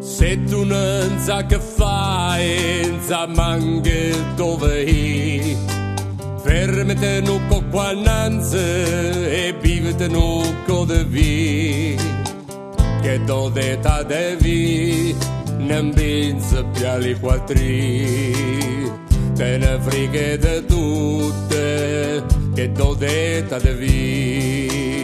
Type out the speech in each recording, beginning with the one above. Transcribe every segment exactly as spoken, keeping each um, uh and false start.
Se tu non sai che fai, non sai manche dove è, fermate nu co quannanze e vivete nu co devi, che dove ta devi, non pensa più alle quattri, te ne frighe di tutte, che dove ta devi.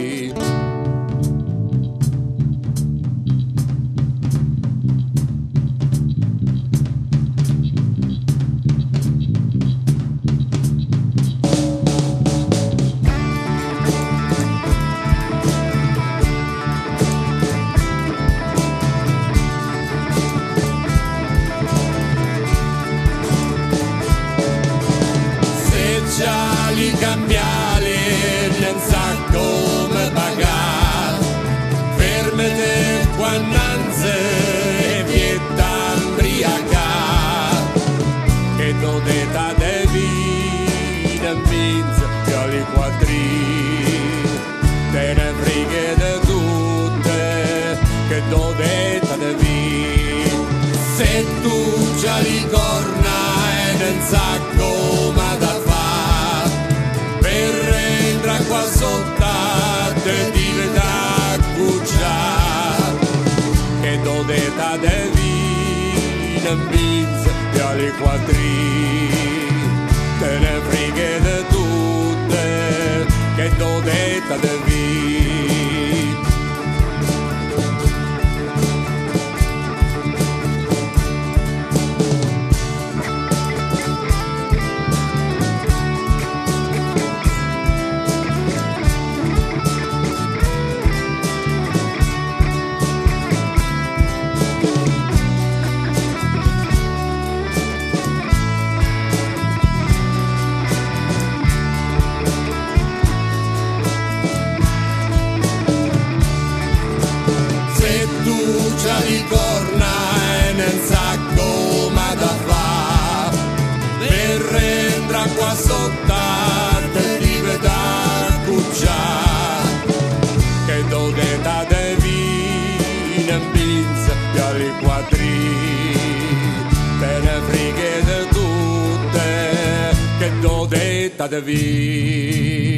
Li cambiali non sa come pagare, fermate quannanze e vieta imbriacare, che dove ta devi non pensa più alle quattri, te ne frighe di tutte, che dove ta devi. Se tu c'ha li corna e non sa come da qua sotto te diventa cuccia, che dove ta devi non pensa più alle quattri, te ne frighe di tutte, che dove ta devi. C'ha di corna e non sa come da fa, per rendere qua sotto te diventa cuccia, che dove ta devi non pensa più alle quattri, te ne frighe di tutte, che dove ta devi.